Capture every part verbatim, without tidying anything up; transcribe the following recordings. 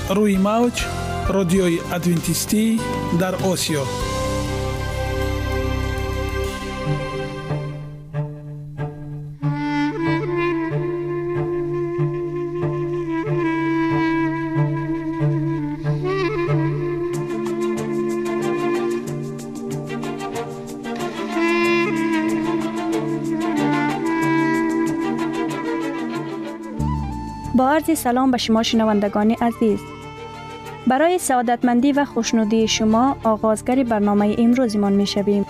روی موج رادیوی ادوینتیستی در آسیا. با عرض سلام به شما شنوندگان عزیز. برای سعادتمندی و خوشنودی شما آغازگر برنامه امروزمان می شویم.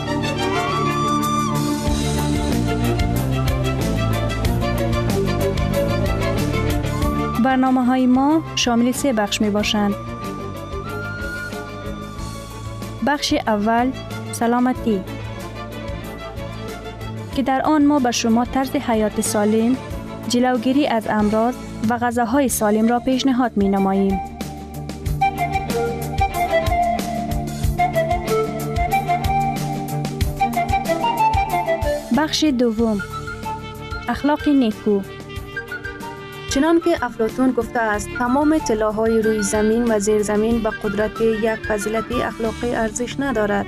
برنامه های ما شامل سه بخش می باشند. بخش اول سلامتی که در آن ما به شما طرز حیات سالم، جلوگیری از امراض و غذاهای سالم را پیشنهاد می نماییم. بخش دوم اخلاق نیکو. چنان که افلاطون گفته است تمام طلاهای روی زمین و زیر زمین به قدرت یک فضیلت اخلاقی ارزش ندارد.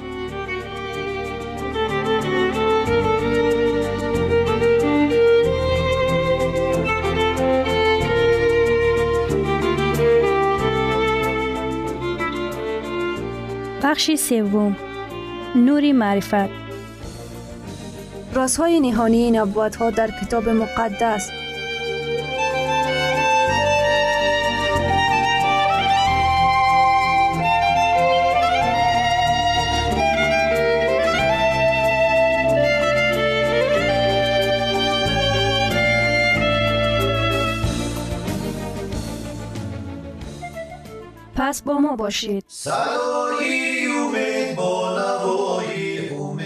بخش سوم نور معرفت. رازهای نهانی نبوت‌ها در کتاب مقدس. پس با ما باشید. صدای امید با نوای امید.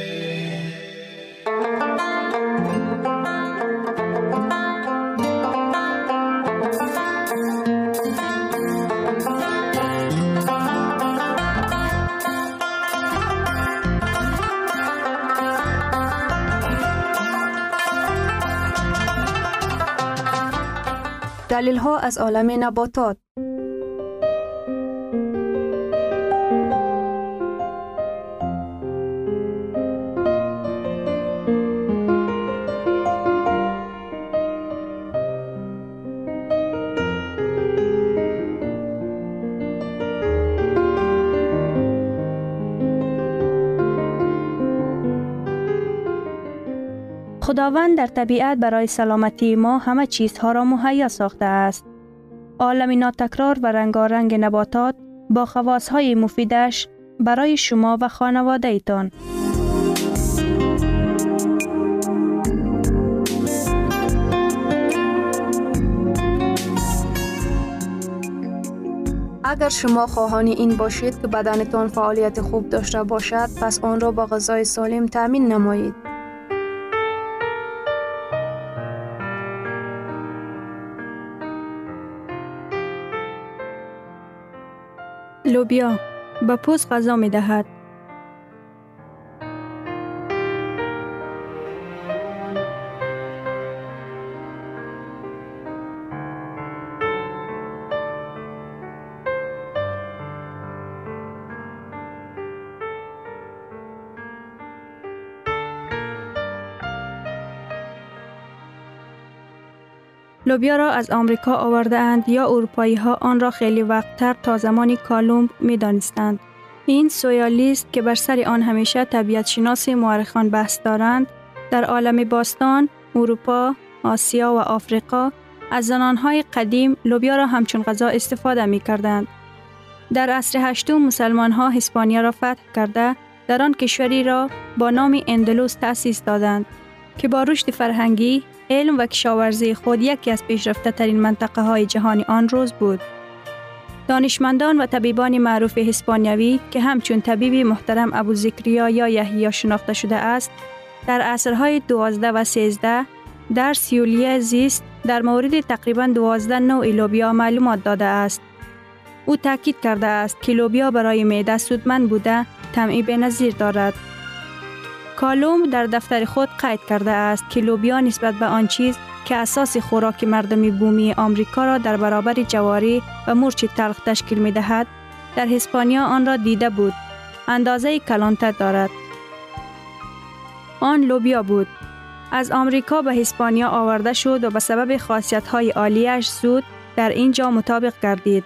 دلیل ها از عالم نباتات. خداوند در طبیعت برای سلامتی ما همه چیزها را مهیا ساخته است. عالم ناتکرار و رنگارنگ نباتات با خواصهای مفیدش برای شما و خانواده ایتان. اگر شما خواهان این باشید که بدنتان فعالیت خوب داشته باشد، پس آن را با غذای سالم تامین نمایید. لوبیا به پوست غذا می دهد. لوبیا را از آمریکا آورده اند یا اروپایی ها آن را خیلی وقتتر تا زمان کالومب می دانستند. این سویالیست که بر سر آن همیشه طبیعت شناس مورخان بحث دارند، در عالم باستان، اروپا، آسیا و آفریقا از زنانهای قدیم لوبیا را همچون غذا استفاده می کردند. در عصر هشتم مسلمان ها اسپانیا را فتح کرده در آن کشوری را با نام اندلس تأسیس دادند که با رشد فرهنگی، علم و کشاورزی خود یکی از پیشرفته ترین منطقه های جهانی آن روز بود. دانشمندان و طبیبان معروف اسپانیایی که همچون طبیب محترم ابوذکریا یا یحیی شناخته شده است، در عصرهای دوازده و سیزده در سیولیه زیست در مورد تقریباً دوازده نوع لوبیا معلومات داده است. او تاکید کرده است که لوبیا برای معده سودمند بوده طعمی بی‌نظیر دارد. کالوم در دفتر خود قید کرده است که لوبیا نسبت به آن چیز که اساس خوراک مردم بومی آمریکا را در برابر جواری و مرچ تلخ تشکیل می دهد، در هسپانیا آن را دیده بود. اندازه کلانتر دارد. آن لوبیا بود. از آمریکا به هسپانیا آورده شد و به سبب خاصیت‌های عالیش زود در اینجا مطابق گردید.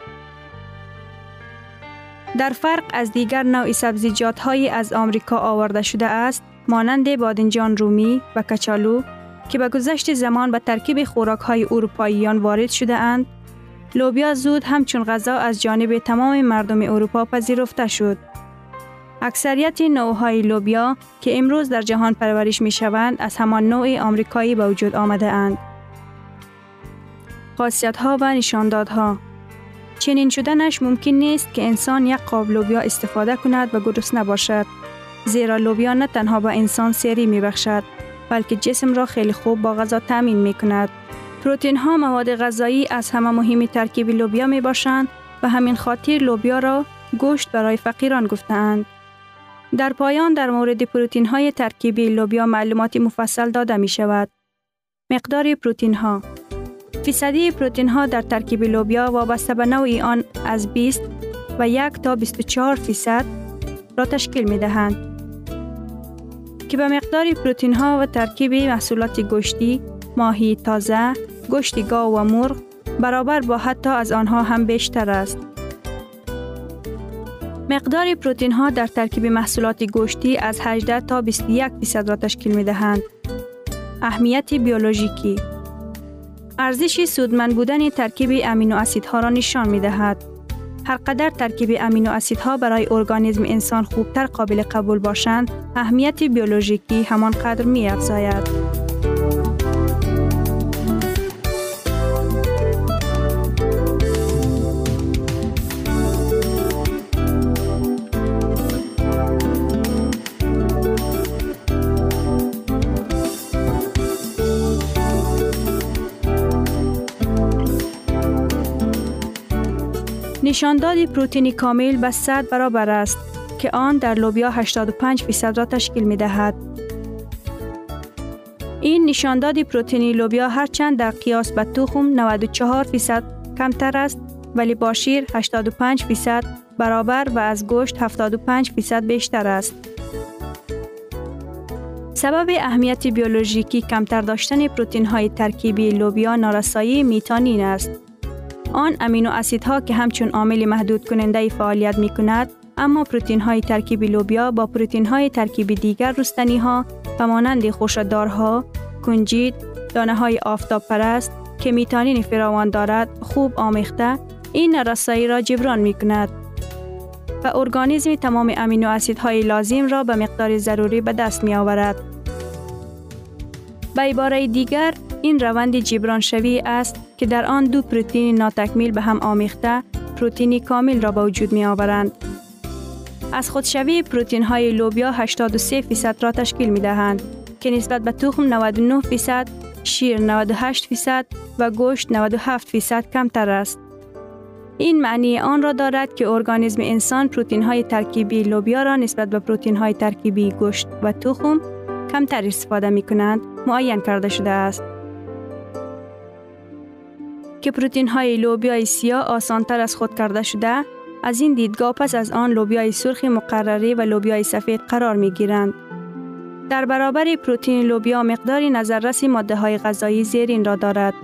در فرق از دیگر نوع سبزیجات‌های از آمریکا آورده شده است، مانند بادنجان رومی و کچالو که به گذشت زمان به ترکیب خوراک‌های اروپاییان وارد شده اند، لوبیا زود همچون غذا از جانب تمام مردم اروپا پذیرفته شد. اکثریت نوع‌های لوبیا که امروز در جهان پرورش می‌شوند از همان نوع آمریکایی به وجود آمده اند. خاصیت‌ها و نشاندادها. چنین شدنش ممکن نیست که انسان یک قاب لوبیا استفاده کند و گرسنه باشد، زیرا لوبیا نه تنها به انسان سیری می‌بخشد، بلکه جسم را خیلی خوب با غذا تامین می‌کند. پروتئین ها مواد غذایی از همه مهمی ترکیب لوبیا میباشند و همین خاطر لوبیا را گوشت برای فقیران گفتند. در پایان در مورد پروتئین های ترکیبی لوبیا معلومات مفصل داده می شود. مقدار پروتئین ها. فیصدی پروتئین ها در ترکیب لوبیا وابسته به نوع آن از بیست و یک تا بیست و چهار فیصد را تشکیل می دهند که به مقدار پروتئین ها و ترکیب محصولات گوشتی، ماهی تازه، گوشت گاو و مرغ برابر با حتی از آنها هم بیشتر است. مقدار پروتئین ها در ترکیب محصولات گوشتی از هجده تا بیست و یک درصد را تشکیل می دهند. اهمیت بیولوژیکی. ارزش سودمند بودن ترکیب امینو اسیدها را نشان می دهد. هر قدر ترکیب امینو اسیدها برای ارگانیسم انسان خوبتر قابل قبول باشند، اهمیت بیولوژیکی همان قدر می افزاید. نشانداد پروتئین کامل به صد برابر است که آن در لوبیا هشتاد و پنج درصد را تشکیل می دهد. این نشانداد پروتئینی لوبیا هرچند در قیاس به تخم نود و چهار درصد کمتر است، ولی با شیر هشتاد و پنج درصد برابر و از گوشت هفتاد و پنج درصد بیشتر است. سبب اهمیت بیولوژیکی کمتر داشتن پروتئین های ترکیبی لوبیا نارسایی میتانین است. آن امینو اسیدها که همچون عامل محدود کننده فعالیت می کند، اما پروتئین های ترکیبی لوبیا با پروتئین های ترکیبی دیگر رستنی ها و مانند خوشه‌دارها، کنجد، دانه های آفتاب پرست که میتانین فراوان دارد خوب آمیخته این نارسایی را جبران می کند و ارگانیسم تمام امینو اسیدهای لازم را به مقدار ضروری به دست می آورد. به عباره دیگر، این روند جبران شوی است که در آن دو پروتئین ناتکمیل به هم آمیخته پروتئینی کامل را به وجود می آورند. از خودشوی پروتئین های لوبیا هشتاد و سه درصد را تشکیل می دهند که نسبت به تخم نود و نه درصد، شیر نود و هشت درصد و گوشت نود و هفت درصد کمتر است. این معنی آن را دارد که ارگانیسم انسان پروتئین های ترکیبی لوبیا را نسبت به پروتئین های ترکیبی گوشت و تخم کمتر استفاده می کنند معین کرده شده است. که پروتئین های لوبیای سیاه آسان تر از خود کرده شده، از این دیدگاه پس از آن لوبیای سرخ مقرری و لوبیای سفید قرار می گیرند. در برابر پروتئین لوبیا مقداری نظررس ماده های غذایی زیرین را دارد.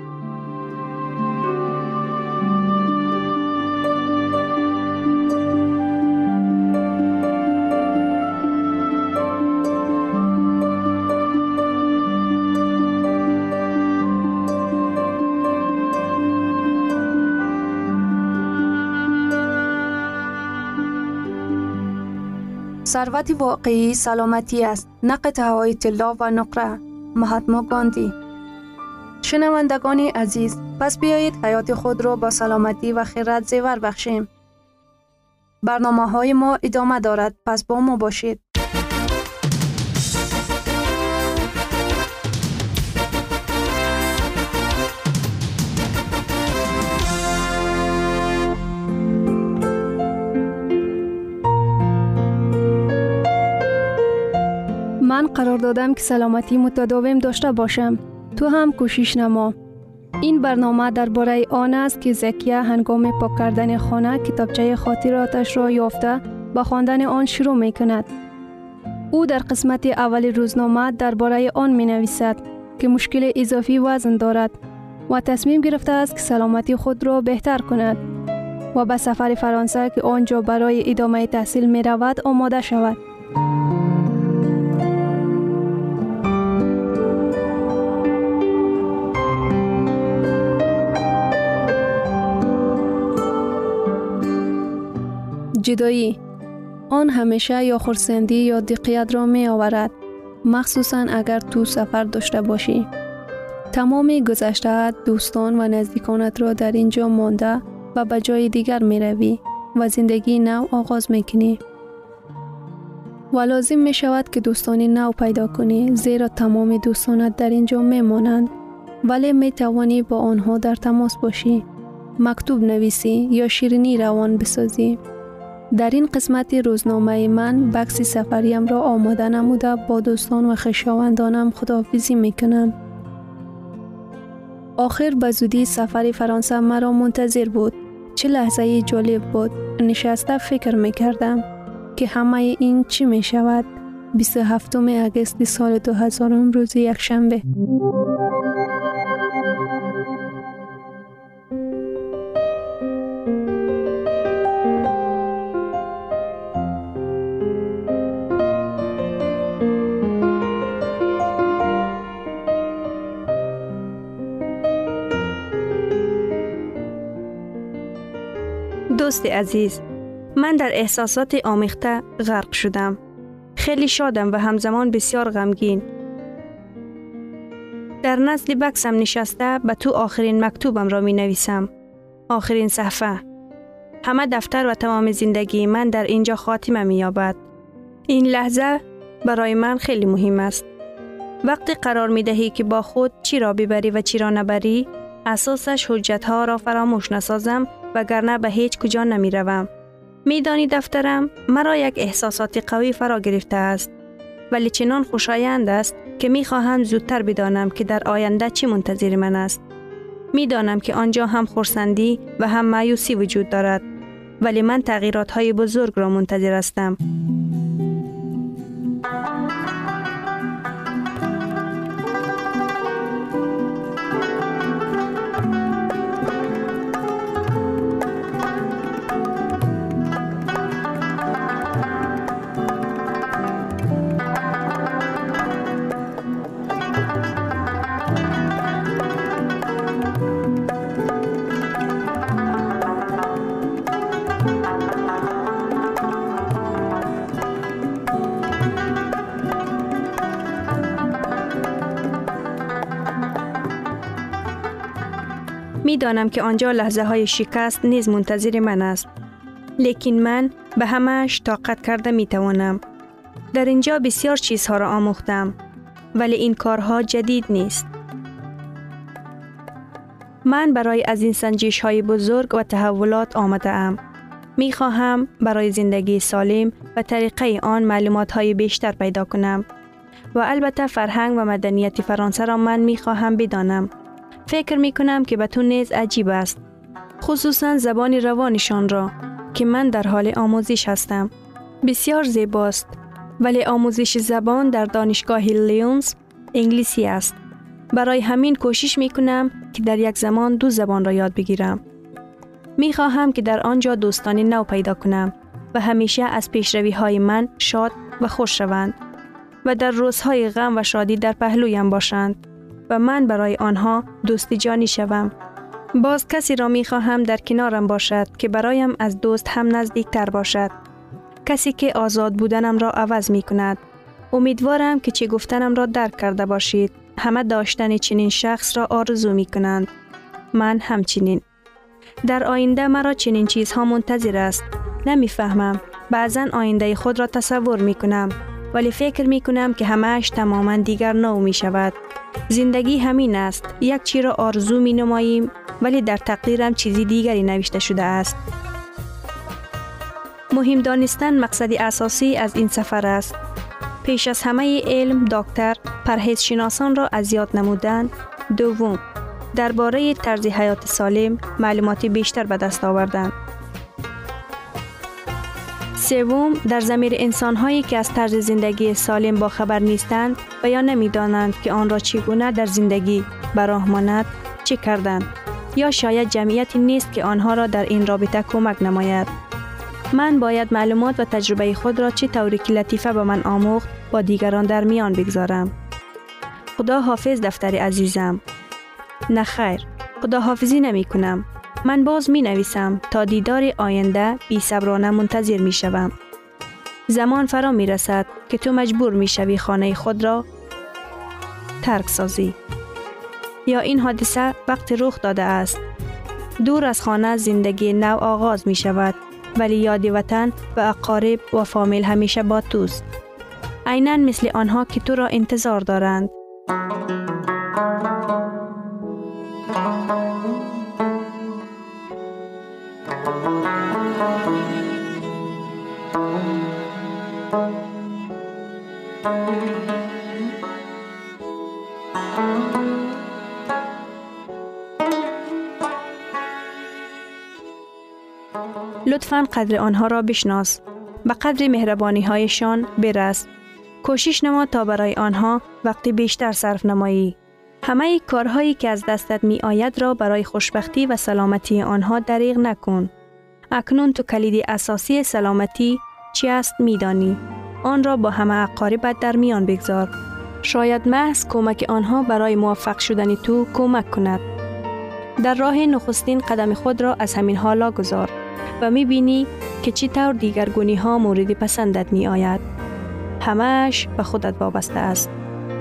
ثروت واقعی سلامتی است، نه قطعه‌های طلا و نقره. مهاتما گاندی. شنوندگان عزیز، پس بیایید حیات خود را با سلامتی و خیرات زیور بخشیم. برنامه‌های ما ادامه دارد، پس با ما باشید. من قرار دادم که سلامتی متداوم داشته باشم. تو هم کوشش نما. این برنامه درباره آن است که زکیه هنگام پاک کردن خانه کتابچه خاطراتش را یافته با خواندن آن شروع می کند. او در قسمت اول روزنامه درباره آن می نویسد که مشکل اضافی وزن دارد و تصمیم گرفته است که سلامتی خود را بهتر کند و به سفر فرانسه که آنجا برای ادامه تحصیل می رود آماده شود. جدایی آن همیشه یا خرسندی یا دیقیت را می آورد، مخصوصاً اگر تو سفر داشته باشی. تمام گذشته دوستان و نزدیکانت را در اینجا مانده و به جای دیگر می روی و زندگی نو آغاز می کنی. و لازم می شود که دوستانی نو پیدا کنی، زیرا تمام دوستانت در اینجا می مانند، ولی می توانی با آنها در تماس باشی، مکتوب نویسی یا شیرینی روان بسازی. در این قسمت روزنامه من بکس سفریم را آماده نموده با دوستان و خویشاوندانم خداحافظی می کنم. آخر به زودی سفر فرانسه مرا منتظر بود. چه لحظه جالب بود. نشسته فکر می کردم که همه این چی می شود. بیست و هفتم اگست سال دو هزار روز یک شنبه. دوست عزیز، من در احساسات آمیخته غرق شدم. خیلی شادم و همزمان بسیار غمگین. در نزد بکسم نشسته به تو آخرین مکتوبم را می نویسم. آخرین صفحه. همه دفتر و تمام زندگی من در اینجا خاتمه می یابد. این لحظه برای من خیلی مهم است. وقتی قرار می دهی که با خود چی را ببری و چی را نبری، اساسش حجت ها را فراموش نسازم وگرنه به هیچ کجا نمی روم. می دانی دفترم مرا یک احساسات قوی فرا گرفته است، ولی چنان خوشایند است که می خواهم زودتر بدانم که در آینده چی منتظر من است. می دانم که آنجا هم خرسندی و هم مایوسی وجود دارد، ولی من تغییرات های بزرگ را منتظر هستم. می دانم که آنجا لحظه های شکست نیز منتظر من است. لیکن من به همه‌اش طاقت کرده می توانم. در اینجا بسیار چیزها را آموختم، ولی این کارها جدید نیست. من برای از این سنجش های بزرگ و تحولات آمده ام. می خواهم برای زندگی سالم و طریقه آن معلومات های بیشتر پیدا کنم. و البته فرهنگ و مدنیت فرانسه را من می خواهم بدانم. فکر می کنم که به تو نیز عجیب است، خصوصا زبان روانشان را که من در حال آموزش هستم. بسیار زیباست، ولی آموزش زبان در دانشگاه لیونز انگلیسی است. برای همین کوشش می کنم که در یک زمان دو زبان را یاد بگیرم. می خواهم که در آنجا دوستانی نو پیدا کنم و همیشه از پیشروی های من شاد و خوش شوند و در روزهای غم و شادی در پهلویم باشند و من برای آنها دوست جانی شوم. باز کسی را می خواهم در کنارم باشد که برایم از دوست هم نزدیک تر باشد. کسی که آزاد بودنم را عوض می کند. امیدوارم که چه گفتنم را درک کرده باشید. همه داشتن چنین شخص را آرزو می کنند. من همچنین. در آینده مرا چنین چیزها منتظر است. نمی فهمم. بعضا آینده خود را تصور می کنم. ولی فکر می کنم که همه‌اش تماما دیگر نو می شود. زندگی همین است. یک چیز را آرزو می نماییم ولی در تقدیرم چیزی دیگری نوشته شده است. مهم دانستن مقصد اساسی از این سفر است. پیش از همه علم، دکتر پرهیز شناسان را اذیت نمودند. دوم، درباره طرز حیات سالم معلومات بیشتر به دست آوردند. سوم، در ضمیر انسان‌هایی که از طرز زندگی سالم با خبر نیستند و یا نمی‌دانند که آن را چگونه در زندگی به راه ماند، چه کردند، یا شاید جمعیتی نیست که آنها را در این رابطه کمک نماید. من باید معلومات و تجربه خود را چه طوری که لطیفه به من آموخت با دیگران در میان بگذارم. خدا حافظ دفتر عزیزم. نه خیر، خدا حافظی نمی کنم. من باز می نویسم تا دیدار آینده بی صبرانه منتظر می شوم. زمان فرا می رسد که تو مجبور می شوی خانه خود را ترک سازی. یا این حادثه وقت رخ داده است. دور از خانه زندگی نو آغاز می شود، ولی یاد وطن و اقارب و فامیل همیشه با توست. عیناً مثل آنها که تو را انتظار دارند. لطفاً قدر آنها را بشناس. به قدر مهربانی هایشان برس. کوشش نما تا برای آنها وقت بیشتر صرف نمایی. همه کارهایی که از دستت می آید را برای خوشبختی و سلامتی آنها دریغ نکن. اکنون تو کلید اساسی سلامتی چی است می دانی. آن را با همه اقاربت در میان بگذار. شاید محض کمک آنها برای موفق شدن تو کمک کند. در راه نخستین قدم خود را از همین حالا گذار و می بینی که چی طور دیگرگونی ها مورد پسندت می آید. همهش به خودت وابسته است.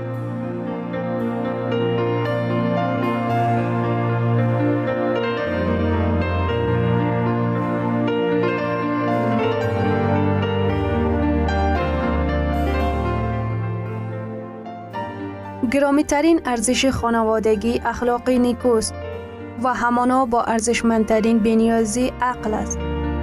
گرامی ترین ارزش خانوادگی اخلاقی نیکوست و همانا با ارزشمندترین بی‌نیازی عقل است.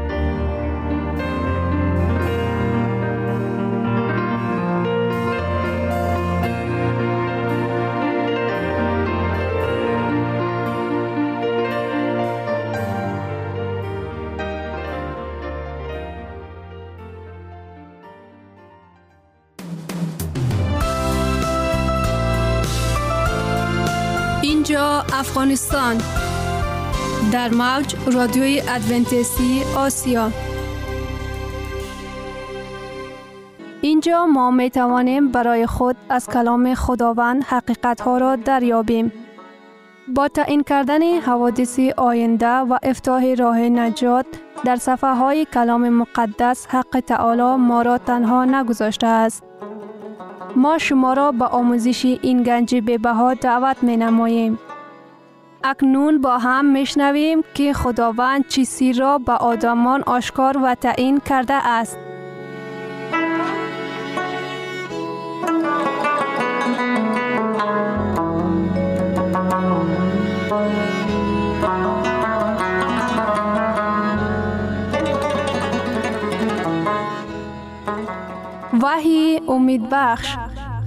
اینجا افغانستان در موج رادیوی ادونتیستی آسیا. اینجا ما می توانیم برای خود از کلام خداوند حقیقت ها را دریابیم. با تعیین کردن حوادث آینده و افتتاح راه نجات در صفحه های کلام مقدس، حق تعالی ما را تنها نگذاشته است. ما شما را به آموزش این گنج بی‌بها دعوت می نماییم. اکنون با هم می شنویم که خداوند چیزی را به آدمان آشکار و تعیین کرده است. وحی امید بخش.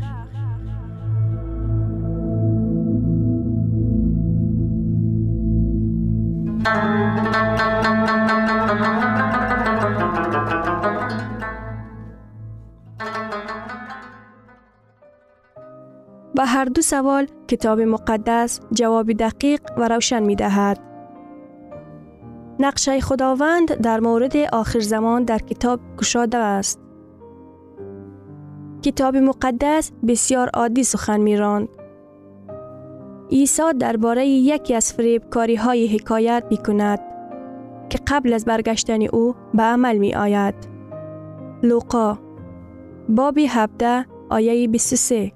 به هر دو سوال کتاب مقدس جواب دقیق و روشن می دهد. نقشه خداوند در مورد آخر زمان در کتاب گشاده است. کتاب مقدس بسیار عادی سخن می راند. عیسی درباره یکی از فریبکاری های حکایت می کند که قبل از برگشتن او به عمل می آید. لوقا باب هفده آیه بیست و سه.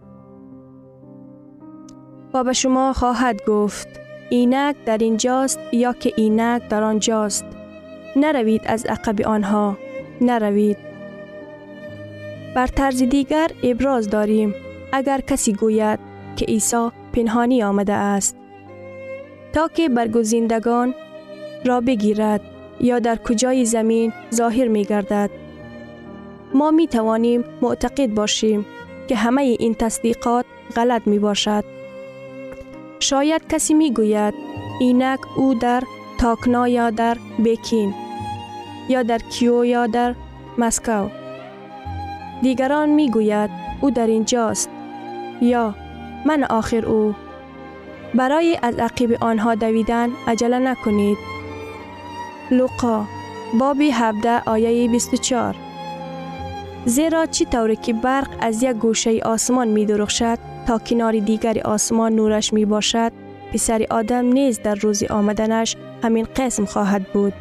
و به شما خواهد گفت اینک در اینجاست یا که اینک در آنجاست. نروید از عقب آنها، نروید. بر طرز دیگر ابراز داریم اگر کسی گوید که عیسی پنهانی آمده است تا که برگزیدگان را بگیرد یا در کجای زمین ظاهر می گردد. ما می توانیم معتقد باشیم که همه این تصدیقات غلط می باشد. شاید کسی می گوید اینک او در تاکنا یا در پکین یا در کیو یا در مسکو. دیگران می گوید او در اینجاست یا من آخر او. برای از عقیب آنها دویدن عجله نکنید. لوقا باب هفده آیه بیست و چهار. زیرا چی طوری که برق از یک گوشه آسمان می درخشد تا کنار دیگر آسمان نورش می باشد، پسر آدم نیز در روز آمدنش همین قسم خواهد بود.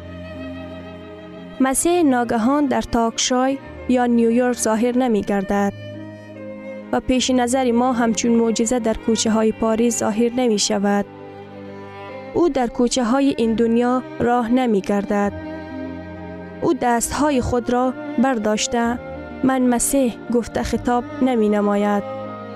مسیح ناگهان در تاکشای یا نیویورک ظاهر نمی گردد و پیش نظر ما همچون معجزه در کوچه های پاریس ظاهر نمی شود. او در کوچه های این دنیا راه نمی گردد. او دست های خود را برداشته من مسیح گفته خطاب نمی نماید.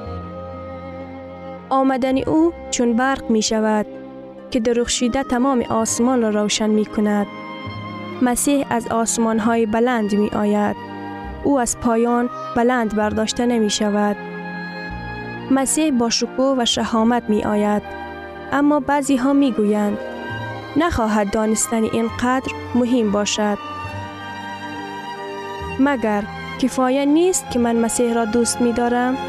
آمدن او چون برق می شود که درخشیده تمام آسمان را روشن می کند. مسیح از آسمان های بلند می آید. او از پایان بلند برداشته نمی شود. مسیح با شکوه و شهامت می آید. اما بعضی ها می گویند نخواهد دانستن اینقدر مهم باشد. مگر کفایه نیست که من مسیح را دوست می دارم؟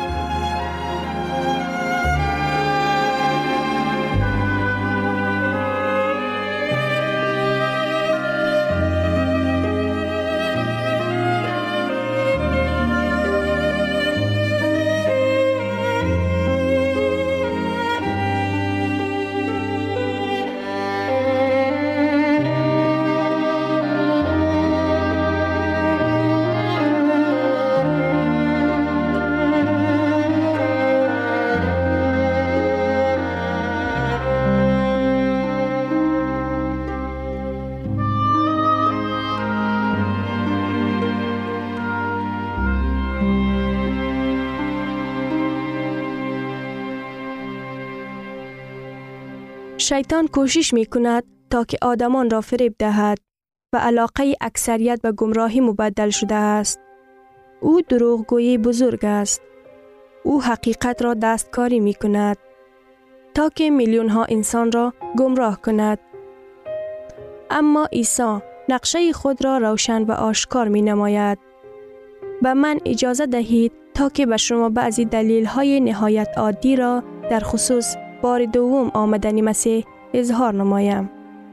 شیطان کوشش می کند تا که آدمان را فریب دهد و علاقه اکثریت به گمراهی مبدل شده است. او دروغگویی بزرگ است. او حقیقت را دستکاری می کند تا که میلیون ها انسان را گمراه کند. اما عیسی نقشه خود را روشن و آشکار می نماید. به من اجازه دهید تا که به شما بعضی دلیل های نهایت عادی را در خصوص بار دوم آمدن مسیح اظهار نمایم.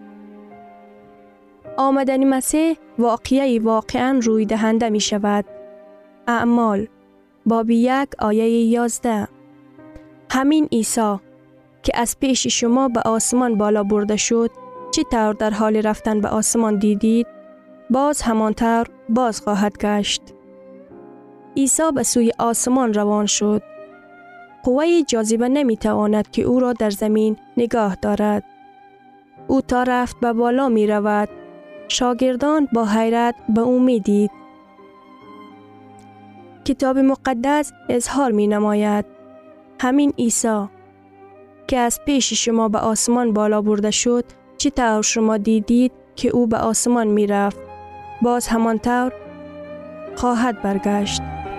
آمدن مسیح واقعی واقعا روی دهنده می شود. اعمال باب یک آیه یازده. همین عیسی که از پیش شما به آسمان بالا برده شد، چه طور در حال رفتن به آسمان دیدید، باز همانطور باز خواهد گشت. عیسی به سوی آسمان روان شد. قوه جاذبه نمی تواند که او را در زمین نگاه دارد. او تا رفت به بالا می رود. شاگردان با حیرت به او می دید. کتاب مقدس اظهار می نماید. همین عیسی که از پیش شما به آسمان بالا برده شد، چه طور شما دیدید که او به آسمان می رفت، باز همانطور خواهد برگشت.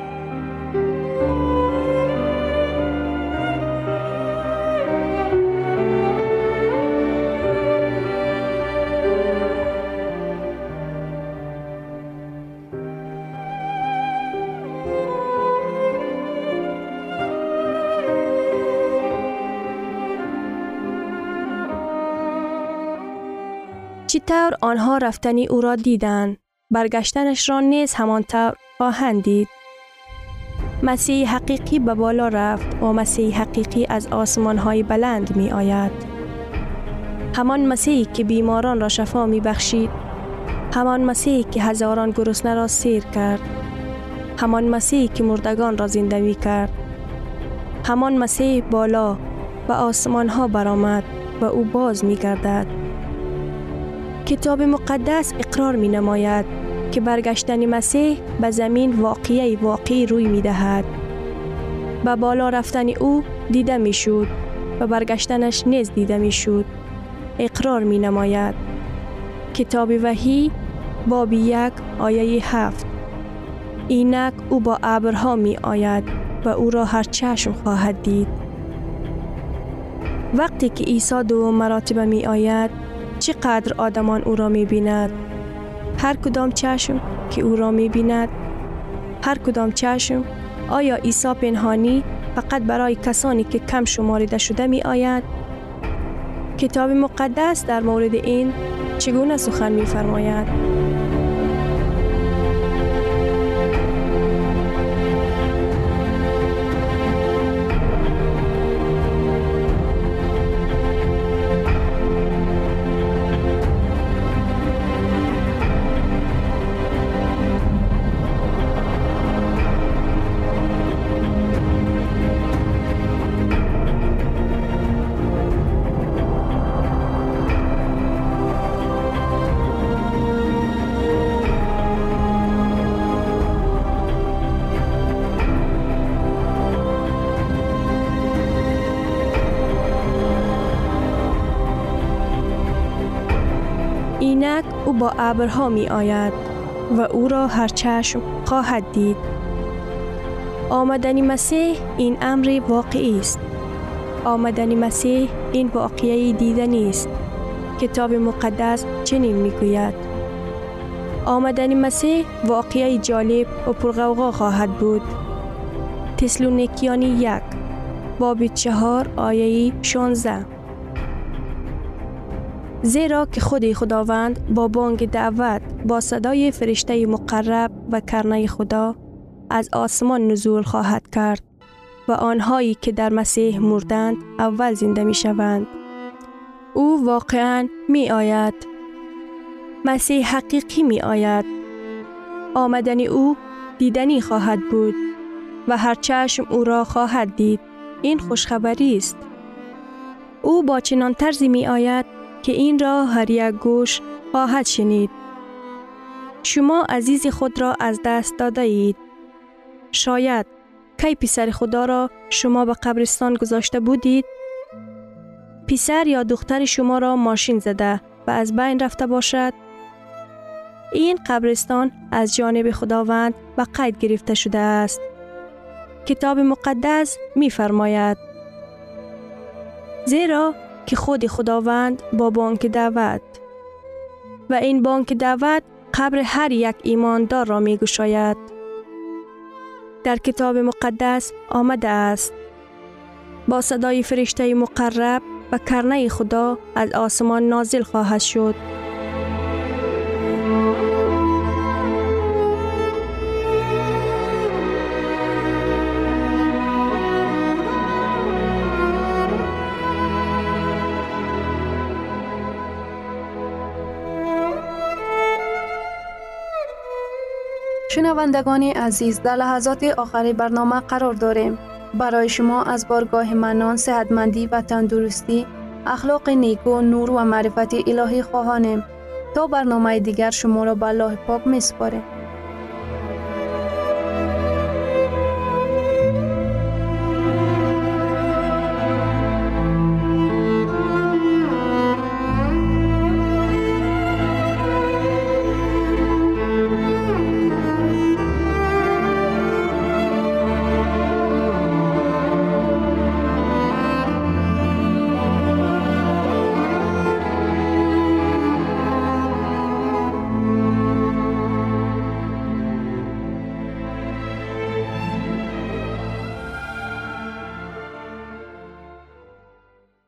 چطور آنها رفتنی او را دیدند، برگشتنش را نیز همانطور خواهند دید. مسیح حقیقی به بالا رفت و مسیح حقیقی از آسمان‌های بلند می آید. همان مسیحی که بیماران را شفا می بخشید، همان مسیحی که هزاران گرسنه را سیر کرد، همان مسیحی که مردگان را زنده می کرد، همان مسیح بالا و آسمان‌ها برآمد و او باز می گردد. کتاب مقدس اقرار می نماید که برگشتن مسیح به زمین واقعی واقعی روی می دهد. به بالا رفتن او دیده می شود و برگشتنش نیز دیده می شود. اقرار می نماید. کتاب وحی باب یک آیه هفت. اینک او با ابرها می آید و او را هر چشم خواهد دید. وقتی که عیسی دو مراتبه می آید، چقدر آدمان او را می بیند؟ هر کدام چشم که او را می بیند، هر کدام چشم. آیا عیسی پنهانی فقط برای کسانی که کم شمارده شده می آید؟ کتاب مقدس در مورد این چگونه سخن می فرماید؟ اینک او با ابرها می آید و او را هر چشم خواهد دید. آمدن مسیح این امر واقعی است. آمدن مسیح این واقعی دیدنی است. کتاب مقدس چنین می گوید. آمدن مسیح واقعی جالب و پرغوغا خواهد بود. تسالونیکیانی یک باب چهار آیه شانزده. زیرا که خود خداوند با بانگ دعوت با صدای فرشته مقرب و کرنه خدا از آسمان نزول خواهد کرد و آنهایی که در مسیح مردند اول زنده می شوند. او واقعاً می آید. مسیح حقیقی می آید. آمدن او دیدنی خواهد بود و هر چشم او را خواهد دید. این خوشخبری است. او با چنان طرزی می آید که این را هر یک گوش خواهد شنید. شما عزیز خود را از دست داده اید. شاید کی پسر خدا را شما به قبرستان گذاشته بودید؟ پسر یا دختر شما را ماشین زده و از بین رفته باشد؟ این قبرستان از جانب خداوند به قید گرفته شده است. کتاب مقدس می فرماید زیرا که خود خداوند با بانگ دعوت و این بانگ دعوت قبر هر یک ایماندار را می گشاید. در کتاب مقدس آمده است با صدای فرشته مقرب و کرنه خدا از آسمان نازل خواهد شد. شنوندگان عزیز، در لحظات آخری برنامه قرار داریم. برای شما از بارگاه منان، صحتمندی و تندرستی، اخلاق نیکو، نور و معرفت الهی خواهانیم. تا برنامه دیگر شما را به الله پاک می‌سپاریم.